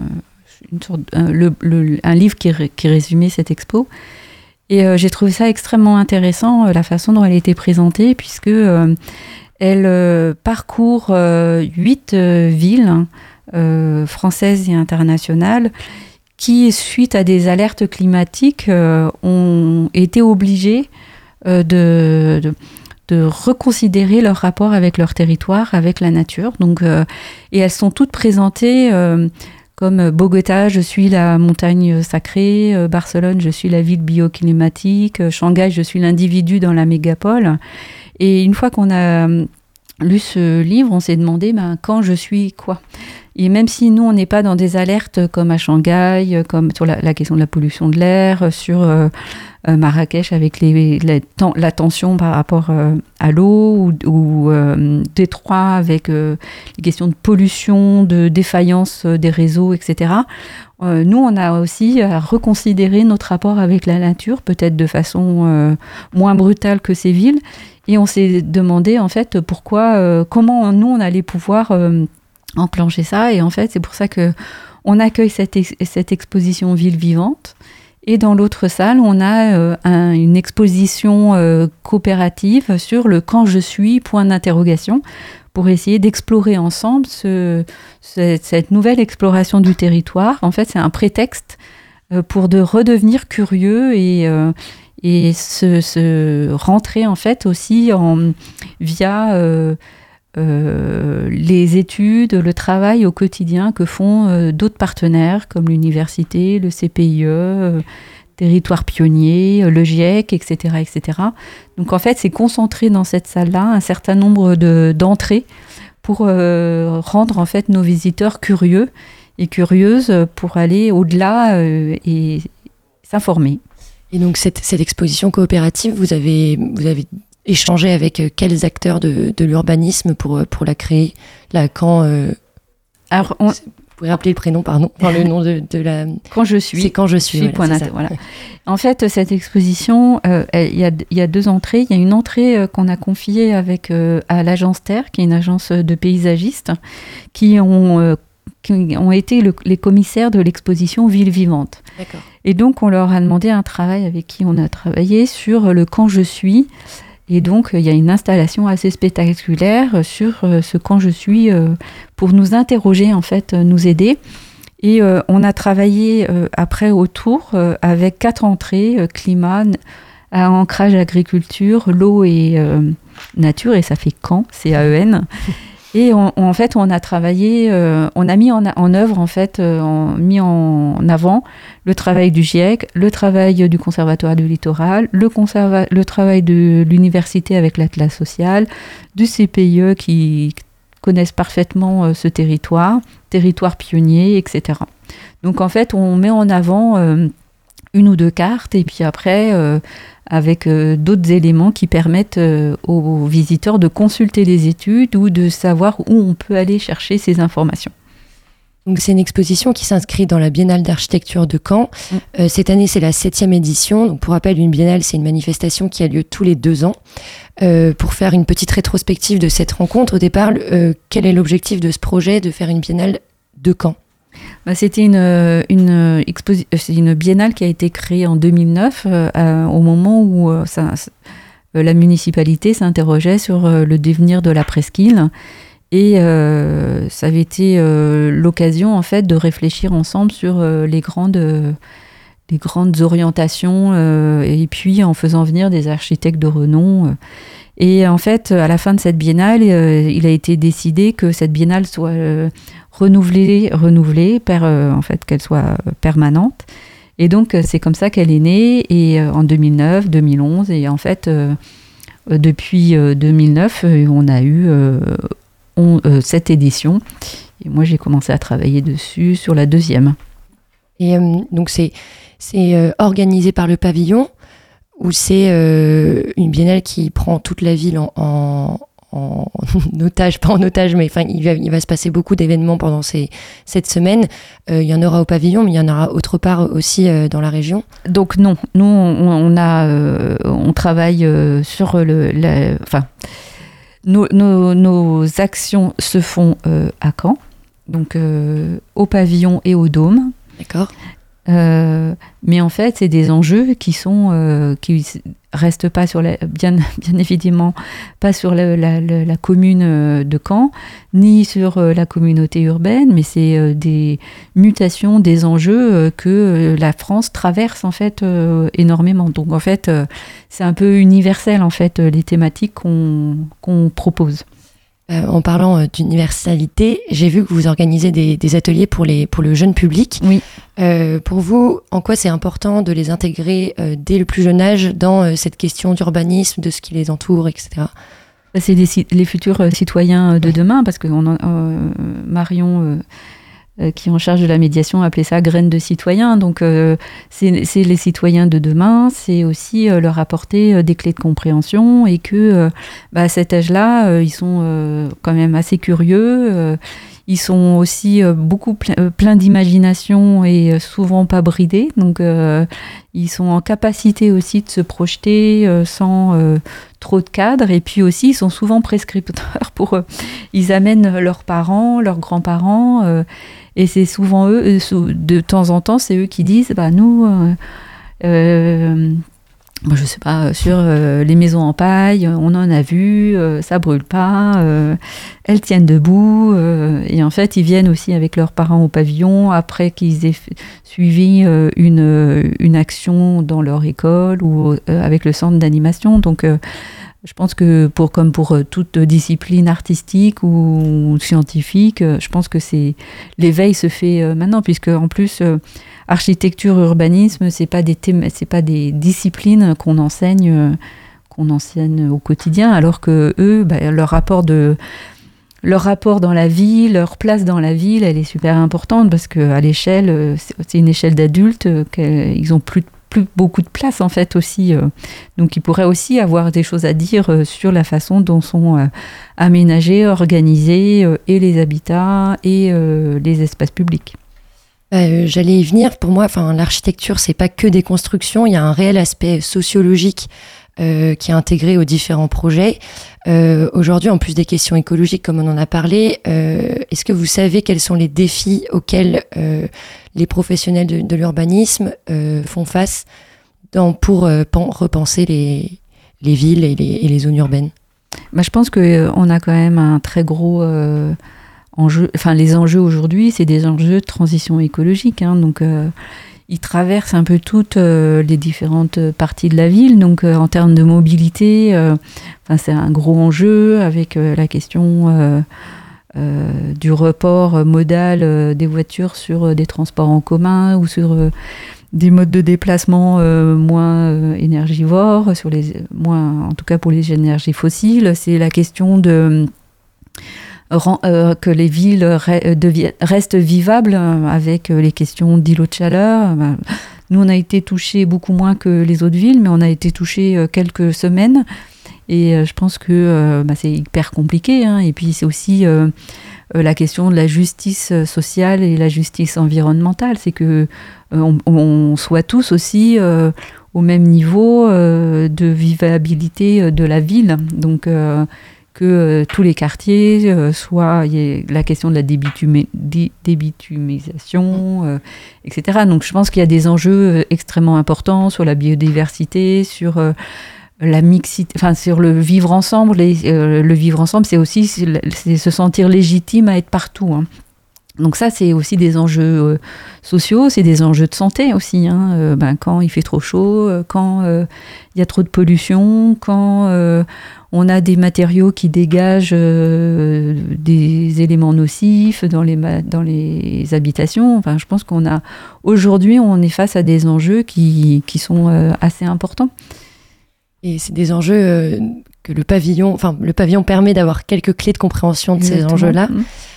livre qui résumait cette expo. Et j'ai trouvé ça extrêmement intéressant, la façon dont elle a été présentée, puisque elle parcourt 8 villes françaises et internationales qui, suite à des alertes climatiques, ont été obligées de reconsidérer leur rapport avec leur territoire, avec la nature. Donc, et elles sont toutes présentées comme Bogota, je suis la montagne sacrée, Barcelone, je suis la ville bioclimatique, Shanghai, je suis l'individu dans la mégapole. Et une fois qu'on a lu ce livre, on s'est demandé quand je suis quoi ? Et même si nous, on n'est pas dans des alertes comme à Shanghai, comme sur la question de la pollution de l'air, sur Marrakech avec la tension par rapport à l'eau, ou Détroit avec les questions de pollution, de défaillance des réseaux, etc. Nous, on a aussi à reconsidérer notre rapport avec la nature, peut-être de façon moins brutale que ces villes. Et on s'est demandé, en fait, comment nous, on allait pouvoir enclencher ça. Et en fait, c'est pour ça qu'on accueille cette exposition Ville vivante. Et dans l'autre salle, on a une exposition coopérative sur le « Quand je suis », point d'interrogation, pour essayer d'explorer ensemble cette nouvelle exploration du territoire. En fait, c'est un prétexte pour redevenir curieux et se rentrer en fait aussi via les études, le travail au quotidien que font d'autres partenaires comme l'université, le CPIE, Territoire Pionnier, le GIEC, etc., etc. Donc en fait, c'est concentré dans cette salle-là un certain nombre d'entrées pour rendre en fait nos visiteurs curieux et curieuses pour aller au-delà et s'informer. Et donc cette exposition coopérative, vous avez échangé avec quels acteurs de l'urbanisme pour la créer Alors, vous pouvez rappeler le prénom, pardon, le nom de la... Quand je suis. C'est Quand je suis. Voilà. En fait, cette exposition, il y a 2 entrées. Il y a une entrée qu'on a confiée à l'agence Terre, qui est une agence de paysagistes, qui ont été les commissaires de l'exposition Ville vivante. D'accord. Et donc, on leur a demandé un travail avec qui on a travaillé sur le Quand je suis. Et donc, il y a une installation assez spectaculaire sur ce Quand je suis pour nous interroger, en fait, nous aider. Et on a travaillé après autour avec 4 entrées, climat, ancrage agriculture, l'eau et nature, et ça fait CAN, C-A-E-N. Et en fait, on a travaillé, on a mis en œuvre, en fait, mis en avant le travail du GIEC, le travail du Conservatoire du Littoral, le travail de l'université avec l'Atlas social, du CPIE qui connaissent parfaitement ce territoire pionnier, etc. Donc en fait, on met en avant 1 ou 2 cartes, et puis après, avec d'autres éléments qui permettent aux visiteurs de consulter les études ou de savoir où on peut aller chercher ces informations. Donc c'est une exposition qui s'inscrit dans la Biennale d'architecture de Caen. Cette année, c'est la 7e édition. Donc, pour rappel, une biennale, c'est une manifestation qui a lieu tous les 2 ans. Pour faire une petite rétrospective de cette rencontre, au départ, quel est l'objectif de ce projet de faire une biennale de Caen ? C'était une biennale qui a été créée en 2009, au moment où la municipalité s'interrogeait sur le devenir de la presqu'île. Et ça avait été l'occasion en fait de réfléchir ensemble sur les grandes orientations et puis en faisant venir des architectes de renom. Et en fait, à la fin de cette biennale, il a été décidé que cette biennale soit renouvelée, en fait, qu'elle soit permanente. Et donc, c'est comme ça qu'elle est née, et en 2009, 2011, et en fait, depuis 2009, on a eu cette édition. Et moi, j'ai commencé à travailler dessus sur la 2e. Et donc, c'est organisé par le pavillon, ou c'est une biennale qui prend toute la ville en otage, pas en otage, mais enfin, il va se passer beaucoup d'événements pendant cette semaine. Il y en aura au pavillon, mais il y en aura autre part aussi dans la région. Donc non, nous on travaille sur nos actions se font à Caen, donc au pavillon et au dôme. D'accord. Mais en fait, c'est des enjeux qui restent pas sur bien évidemment pas sur la commune de Caen, ni sur la communauté urbaine, mais c'est des mutations, des enjeux que la France traverse en fait énormément. Donc en fait, c'est un peu universel en fait les thématiques qu'on propose. En parlant d'universalité, j'ai vu que vous organisez des ateliers pour le jeune public. Oui. Pour vous, en quoi c'est important de les intégrer dès le plus jeune âge dans cette question d'urbanisme, de ce qui les entoure, etc. C'est les futurs citoyens de demain, parce que Marion, qui est en charge de la médiation, appelait ça graines de citoyens. Donc, c'est les citoyens de demain, c'est aussi leur apporter des clés de compréhension, et que à cet âge-là, ils sont quand même assez curieux. Ils sont aussi beaucoup pleins d'imagination et souvent pas bridés. Donc, ils sont en capacité aussi de se projeter sans trop de cadres. Et puis aussi, ils sont souvent prescripteurs ils amènent leurs parents, leurs grands-parents. Et c'est souvent eux, de temps en temps, c'est eux qui disent nous, je sais pas, sur les maisons en paille, on en a vu, ça brûle pas, elles tiennent debout. Et en fait, ils viennent aussi avec leurs parents au pavillon après qu'ils aient suivi une action dans leur école ou avec le centre d'animation. Donc, je pense que comme pour toute discipline artistique ou scientifique, je pense que l'éveil se fait maintenant, puisque en plus architecture, urbanisme, c'est pas des disciplines qu'on enseigne au quotidien, alors que eux, leur rapport dans la vie, leur place dans la ville, elle est super importante, parce que à l'échelle, c'est une échelle d'adultes, qu'ils ont plus beaucoup de place en fait aussi, donc ils pourraient aussi avoir des choses à dire sur la façon dont sont aménagés, organisés et les habitats et les espaces publics. J'allais y venir. Pour moi, l'architecture, c'est pas que des constructions, il y a un réel aspect sociologique qui est intégré aux différents projets. Aujourd'hui, en plus des questions écologiques, comme on en a parlé, est-ce que vous savez quels sont les défis auxquels les professionnels de l'urbanisme font face pour repenser les villes et les zones urbaines ? Je pense qu'on a quand même un très gros enjeu. Enfin, les enjeux aujourd'hui, c'est des enjeux de transition écologique. Donc, ils traversent un peu toutes les différentes parties de la ville. Donc, en termes de mobilité, c'est un gros enjeu avec la question du report modal des voitures sur des transports en commun ou sur des modes de déplacement moins énergivores, en tout cas pour les énergies fossiles. C'est la question que les villes restent vivables avec les questions d'îlots de chaleur. Nous, on a été touchés beaucoup moins que les autres villes, mais on a été touchés quelques semaines. Et je pense que c'est hyper compliqué. Et puis, c'est aussi la question de la justice sociale et la justice environnementale. C'est que on soit tous aussi au même niveau de vivabilité de la ville. Donc, que tous les quartiers soient... Il y a la question de la débitumisation, etc. Donc, je pense qu'il y a des enjeux extrêmement importants sur la biodiversité, sur... la mixité, enfin sur le vivre ensemble. Le vivre ensemble, c'est aussi c'est se sentir légitime à être partout. Hein. Donc ça, c'est aussi des enjeux sociaux, c'est des enjeux de santé aussi. Hein. Quand il fait trop chaud, quand il y a trop de pollution, quand on a des matériaux qui dégagent des éléments nocifs dans les habitations. Enfin, je pense aujourd'hui, on est face à des enjeux qui sont assez importants. Et c'est des enjeux que le pavillon permet d'avoir quelques clés de compréhension de ces enjeux-là.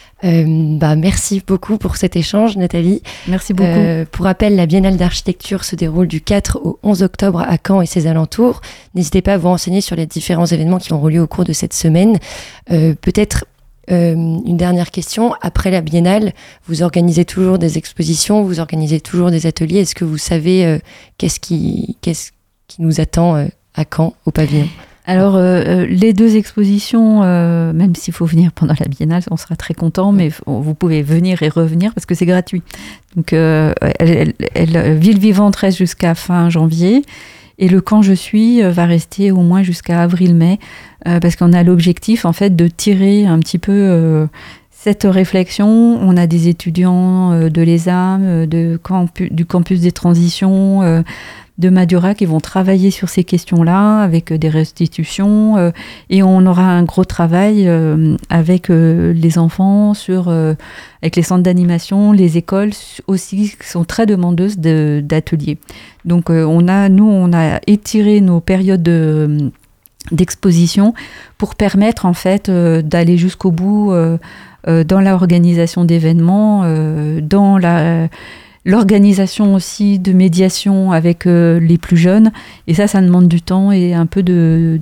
Merci beaucoup pour cet échange, Nathalie. Merci beaucoup. Pour rappel, la Biennale d'architecture se déroule du 4 au 11 octobre à Caen et ses alentours. N'hésitez pas à vous renseigner sur les différents événements qui vont relier au cours de cette semaine. Peut-être une dernière question. Après la Biennale, vous organisez toujours des expositions, vous organisez toujours des ateliers. Est-ce que vous savez qu'est-ce qui nous attend à Caen, au pavillon? Alors, les deux expositions, même s'il faut venir pendant la Biennale, on sera très content, mais vous pouvez venir et revenir parce que c'est gratuit. Donc, Ville Vivante reste jusqu'à fin janvier et le Quand je suis va rester au moins jusqu'à avril-mai parce qu'on a l'objectif, en fait, de tirer un petit peu cette réflexion. On a des étudiants de l'ESAM, du campus des transitions, de Madura qui vont travailler sur ces questions-là avec des restitutions et on aura un gros travail avec les enfants avec les centres d'animation, les écoles aussi qui sont très demandeuses d'ateliers. Donc on a étiré nos périodes d'exposition pour permettre en fait d'aller jusqu'au bout dans l'organisation d'événements, dans l'organisation aussi de médiation avec les plus jeunes. Et ça demande du temps et un peu de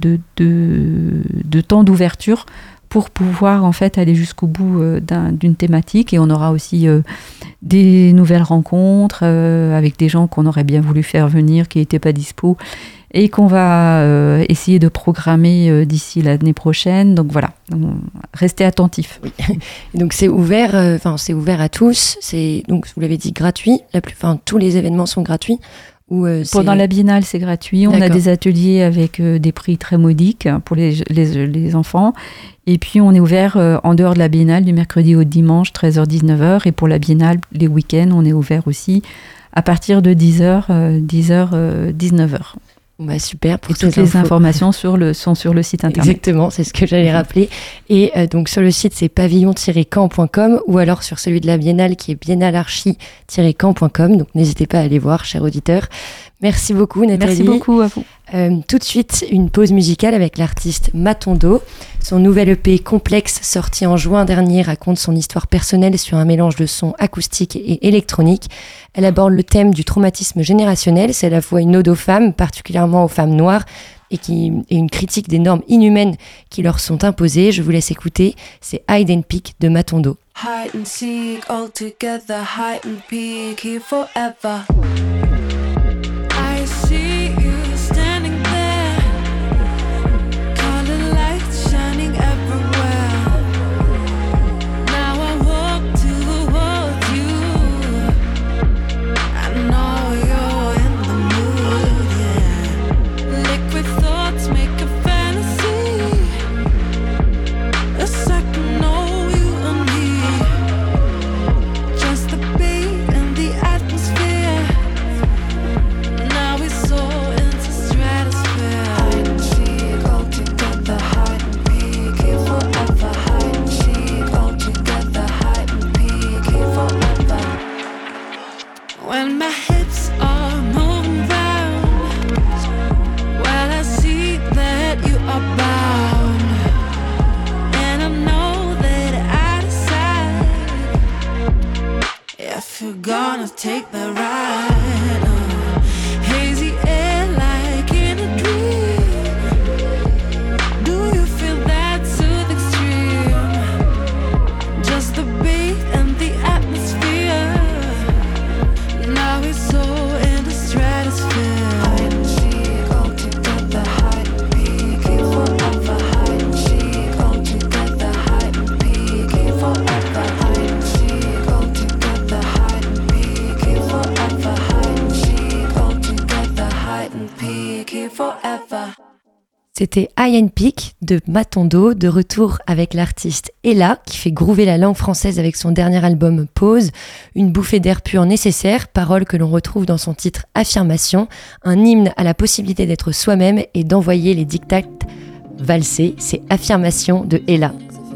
temps d'ouverture pour pouvoir en fait aller jusqu'au bout d'une thématique. Et on aura aussi des nouvelles rencontres avec des gens qu'on aurait bien voulu faire venir, qui n'étaient pas dispo et qu'on va essayer de programmer d'ici l'année prochaine. Donc voilà, restez attentifs. Oui. Et donc c'est ouvert à tous. C'est donc, vous l'avez dit, gratuit. Tous les événements sont gratuits. Pendant la Biennale, c'est gratuit. On a des ateliers avec des prix très modiques pour les enfants. Et puis, on est ouvert en dehors de la Biennale du mercredi au dimanche, 13h-19h. Et pour la Biennale, les week-ends, on est ouvert aussi à partir de 10h-19h. Super. Pour toutes les informations sont sur le site internet. Exactement, c'est ce que j'allais rappeler. Et donc sur le site, c'est pavillon-camp.com ou alors sur celui de la Biennale qui est biennalarchi-camp.com. Donc n'hésitez pas à aller voir, chers auditeurs. Merci beaucoup, Nathalie. Merci beaucoup à vous. Tout de suite, une pause musicale avec l'artiste Matondo. Son nouvel EP Complexe, sorti en juin dernier, raconte son histoire personnelle sur un mélange de sons acoustiques et électroniques. Elle aborde le thème du traumatisme générationnel. C'est à la fois une ode aux femmes, particulièrement aux femmes noires, et une critique des normes inhumaines qui leur sont imposées. Je vous laisse écouter. C'est Hide and Peak de Matondo. Hide and seek all together, hide and peek here forever. I see you standing there, colored lights shining everywhere. Now I walk towards you, I know you're in the mood, yeah. Liquid thoughts make a fantasy, a second know you and me. Just the beat and the atmosphere. Now we're so into stratosphere. Hide and seek all together, hide and peek here forever. Hide and seek all together, hide and peek here forever. When my hips are moving round, well I see that you are bound, and I know that I decide if you're gonna take the ride. Hazy air like in a dream. Do you feel that soothing stream? Just C'était High and Peak de Matondo, de retour avec l'artiste Ella, qui fait groover la langue française avec son dernier album Pause, une bouffée d'air pur nécessaire, parole que l'on retrouve dans son titre Affirmation, un hymne à la possibilité d'être soi-même et d'envoyer les dictats valser. C'est Affirmation de Ella.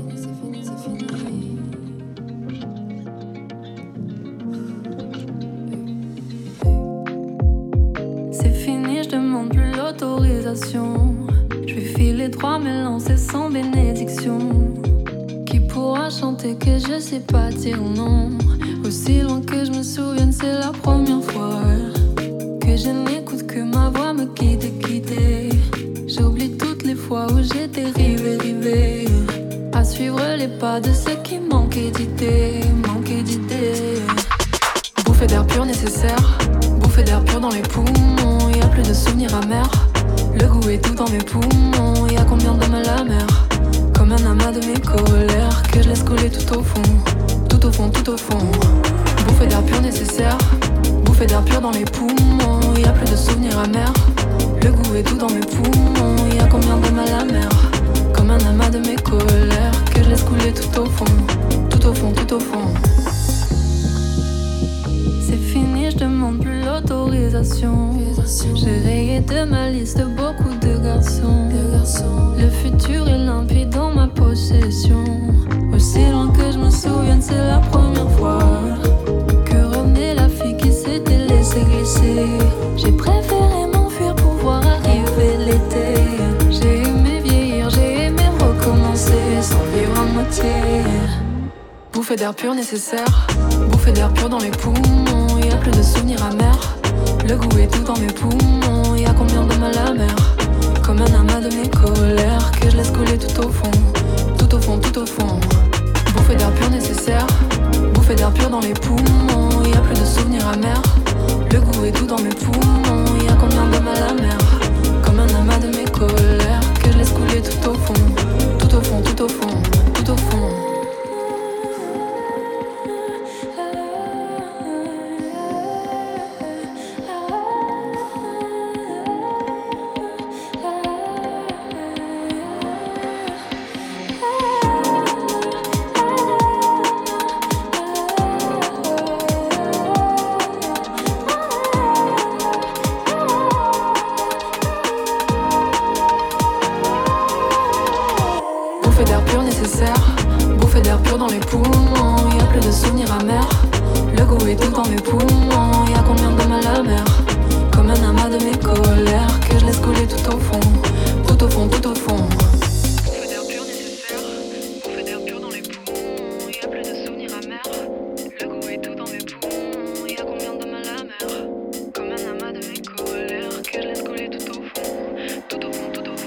C'est fini, je demande plus l'autorisation. Je vais filer droit, mais lancer sans bénédiction. Qui pourra chanter que je sais pas dire non? Aussi loin que je me souvienne, c'est la première fois que je n'écoute que ma voix me quitte et quitter. J'oublie toutes les fois où j'étais rivée, à suivre les pas de ceux qui manquaient d'idées. Bouffée d'air pur nécessaire, bouffée d'air pur dans les poumons. Y'a plus de souvenirs amers, le goût est tout dans mes poumons. Y'a combien d'hommes à la mer, comme un amas de mes colères que je laisse couler tout au fond, tout au fond, tout au fond. Bouffée d'air pur nécessaire, bouffée d'air pur dans les poumons. Y'a plus de souvenirs amers, le goût est tout dans mes poumons. Y'a combien d'hommes à la mer, comme un amas de mes colères que je laisse couler tout au fond, tout au fond, tout au fond. C'est fini, je demande plus l'autorisation. J'ai rayé de ma liste beaucoup de garçons. Le futur est limpide dans ma possession. Aussi loin que je me souvienne, c'est la première fois que revenait la fille qui s'était laissée glisser. J'ai préféré m'enfuir pour voir arriver l'été. J'ai aimé vieillir, j'ai aimé recommencer sans vivre à moitié. Bouffée d'air pur nécessaire, bouffée d'air pur dans les poumons. Y'a plus de souvenirs amers, le goût est tout dans mes poumons. Y'a combien d'hommes à la mer, comme un amas de mes colères que je laisse couler tout au fond, tout au fond, tout au fond. Bouffée d'air pur nécessaire, bouffée d'air pur dans les poumons. Y'a plus de souvenirs amers, le goût est tout dans mes poumons. Y'a combien d'hommes à la mer, comme un amas de mes colères que je laisse couler tout au fond, tout au fond, tout au fond, tout au fond. Bouffée d'air pur dans les poumons. Y'a plus de souvenirs amers, le goût est tout dans mes poumons. Y'a combien d'hommes à la mer, comme un amas de mes colères que je laisse couler tout au fond, tout au fond, tout au fond. Bouffée d'air pur nécessaire, bouffée d'air pur dans les poumons. Y'a plus de souvenirs amers, le goût est tout dans mes poumons. Y'a combien d'hommes à la mer, comme un amas de mes colères que je laisse couler tout au fond, tout au fond, tout au fond.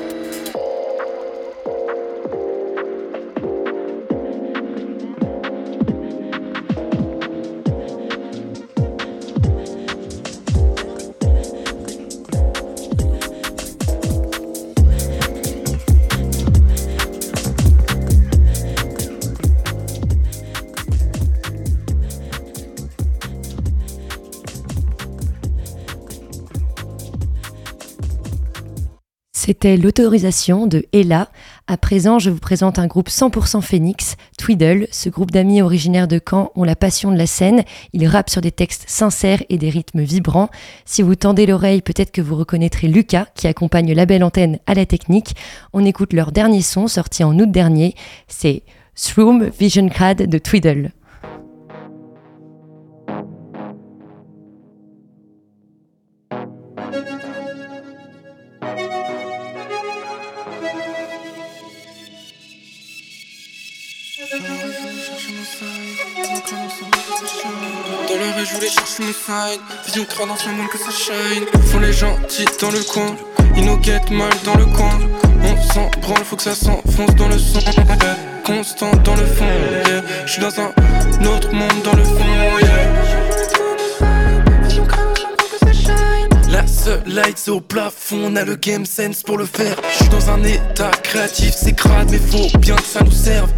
C'était l'autorisation de Ella. À présent, je vous présente un groupe 100% Phoenix, Twiddle. Ce groupe d'amis originaires de Caen ont la passion de la scène. Ils rappent sur des textes sincères et des rythmes vibrants. Si vous tendez l'oreille, peut-être que vous reconnaîtrez Lucas, qui accompagne la belle antenne à la technique. On écoute leur dernier son, sorti en août dernier. C'est Shroom Vision Crad de Twiddle. Dans le rêve, je voulais chercher mon side. Vision crade dans ce monde que ça shine. Font les gentils dans le coin. Ils nous guettent mal dans le coin. On s'en branle, faut que ça s'enfonce dans le son. Constant dans le fond, yeah. Je suis dans un autre monde dans le fond, yeah. La seule light c'est au plafond, on a le game sense pour le faire. Je suis dans un état créatif, c'est crade mais faut bien que ça nous serve.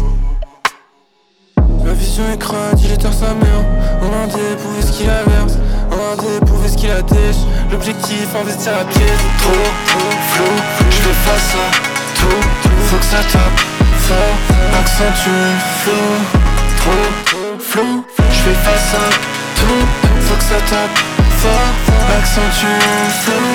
La vision est crade, il est tard sa mère. En indé pour ce qu'il a verse, en indé pour ce qu'il a dèche. L'objectif investir la pièce. Trop, flou, fais face à tout, faut que ça tape fort, accentue, flow, trop flou. Je fais face à tout, faut que ça tape fort, accentue, flow.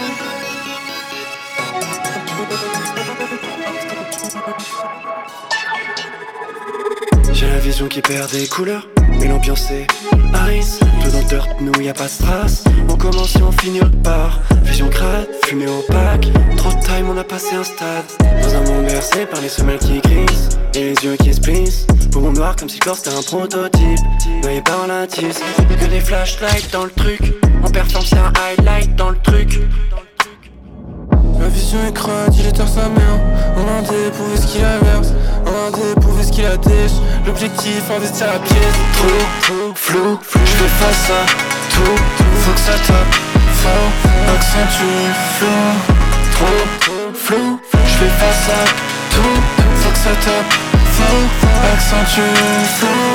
J'ai la vision qui perd des couleurs, mais l'ambiance est Harris. Tout dans le dirt, nous y a pas de strass. On commence et on finit autre part. Vision crade, fumée opaque. Trop de time, on a passé un stade. Dans un monde bercé par les semelles qui glissent et les yeux qui se plissent. Poumon noir comme si le corps c'était un prototype. Noyé par la tisse, que des flashlights dans le truc. On performe, c'est un highlight dans le truc. Ma vision est crade, il est tard sa mère. On a dépouvé ce qu'il averse, on a dépouvé ce qu'il a dèche. L'objectif, investir la pièce. Trop flou, je fais face à tout, faut que ça tape fort, accentue, flow. Trop flou, je fais face à tout, faut que ça tape fort, accentue, flow.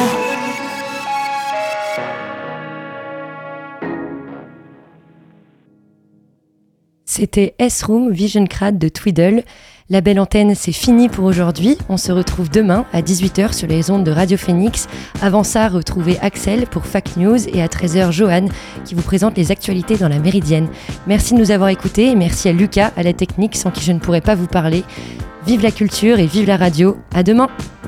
C'était S-Room Vision Crade de Twiddle. La belle antenne, c'est fini pour aujourd'hui. On se retrouve demain à 18h sur les ondes de Radio Phoenix. Avant ça, retrouvez Axel pour Fact News et à 13h, Johan qui vous présente les actualités dans la Méridienne. Merci de nous avoir écoutés et merci à Lucas à la technique sans qui je ne pourrais pas vous parler. Vive la culture et vive la radio. À demain!